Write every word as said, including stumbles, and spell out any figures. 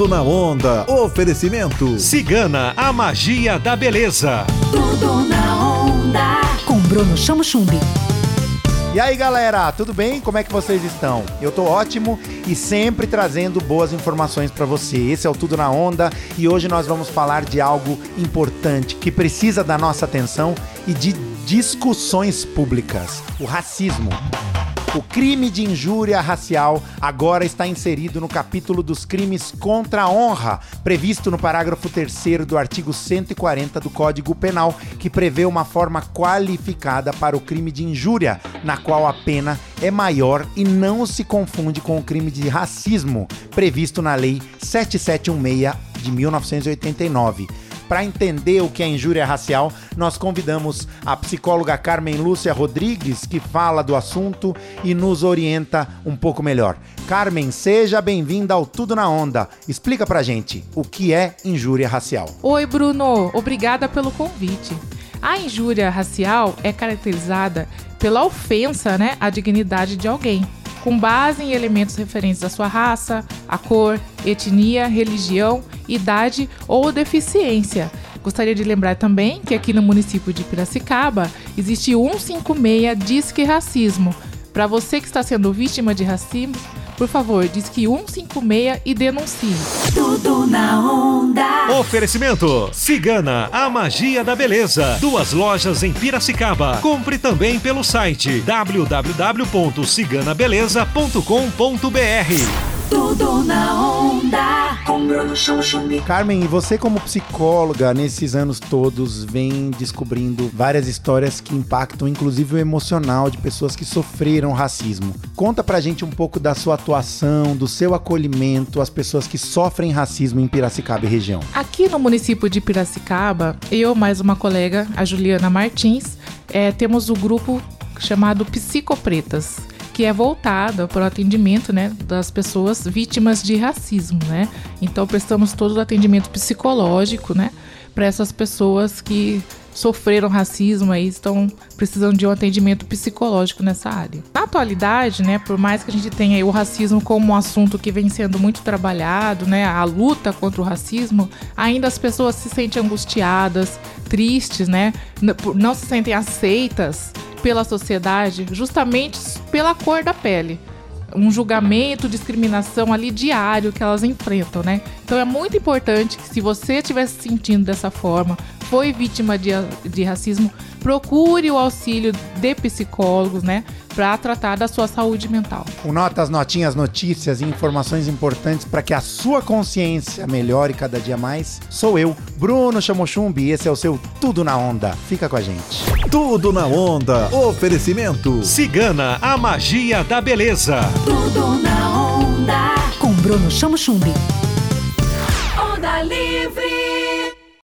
Tudo na Onda. Oferecimento Cigana, a magia da beleza. Tudo na Onda. Com Bruno Chamo Chumbi. E aí galera, tudo bem? Como é que vocês estão? Eu tô ótimo e sempre trazendo boas informações pra você. Esse é o Tudo na Onda e hoje nós vamos falar de algo importante que precisa da nossa atenção e de discussões públicas: o racismo. O crime de injúria racial agora está inserido no capítulo dos crimes contra a honra, previsto no parágrafo terceiro do artigo cento e quarenta do Código Penal, que prevê uma forma qualificada para o crime de injúria, na qual a pena é maior e não se confunde com o crime de racismo, previsto na Lei sete sete um seis de mil novecentos e oitenta e nove. Para entender o que é injúria racial, nós convidamos a psicóloga Carmen Lúcia Rodrigues, que fala do assunto e nos orienta um pouco melhor. Carmen, seja bem-vinda ao Tudo na Onda. Explica pra gente o que é injúria racial. Oi, Bruno. Obrigada pelo convite. A injúria racial é caracterizada pela ofensa, né, à dignidade de alguém, com base em elementos referentes à sua raça, a cor, etnia, religião, idade ou deficiência. Gostaria de lembrar também que aqui no município de Piracicaba existe o cento e cinquenta e seis Disque Racismo. Para você que está sendo vítima de racismo, por favor, disque cento e cinquenta e seis e denuncie. Tudo na Onda. Oferecimento Cigana, a magia da beleza. Duas lojas em Piracicaba. Compre também pelo site w w w ponto cigana beleza ponto com ponto b r. Tudo na Onda. Com Bruno Chamo Chumbi. Carmen, e você como psicóloga, nesses anos todos, vem descobrindo várias histórias que impactam inclusive o emocional de pessoas que sofreram racismo. Conta pra gente um pouco da sua atuação, do seu acolhimento às pessoas que sofrem racismo em Piracicaba e região. Aqui no município de Piracicaba, eu mais uma colega, a Juliana Martins, é, temos o grupo chamado Psicopretas, que é voltada para o atendimento, né, das pessoas vítimas de racismo, né? Então prestamos todo o atendimento psicológico, né, para essas pessoas que sofreram racismo e estão precisando de um atendimento psicológico nessa área. Na atualidade, né, por mais que a gente tenha aí o racismo como um assunto que vem sendo muito trabalhado, né, a luta contra o racismo, ainda as pessoas se sentem angustiadas, tristes, né, não se sentem aceitas pela sociedade, justamente pela cor da pele. Um julgamento, discriminação ali diário que elas enfrentam, né? Então é muito importante que, se você estiver se sentindo dessa forma, foi vítima de, de racismo, procure o auxílio de psicólogos, né, para tratar da sua saúde mental. Com notas, notinhas, notícias e informações importantes para que a sua consciência melhore cada dia mais, sou eu, Bruno Chamo Chumbi, e esse é o seu Tudo na Onda. Fica com a gente. Tudo na Onda. Oferecimento Cigana, a magia da beleza. Tudo na Onda. Com Bruno Chamo Chumbi. Onda Livre.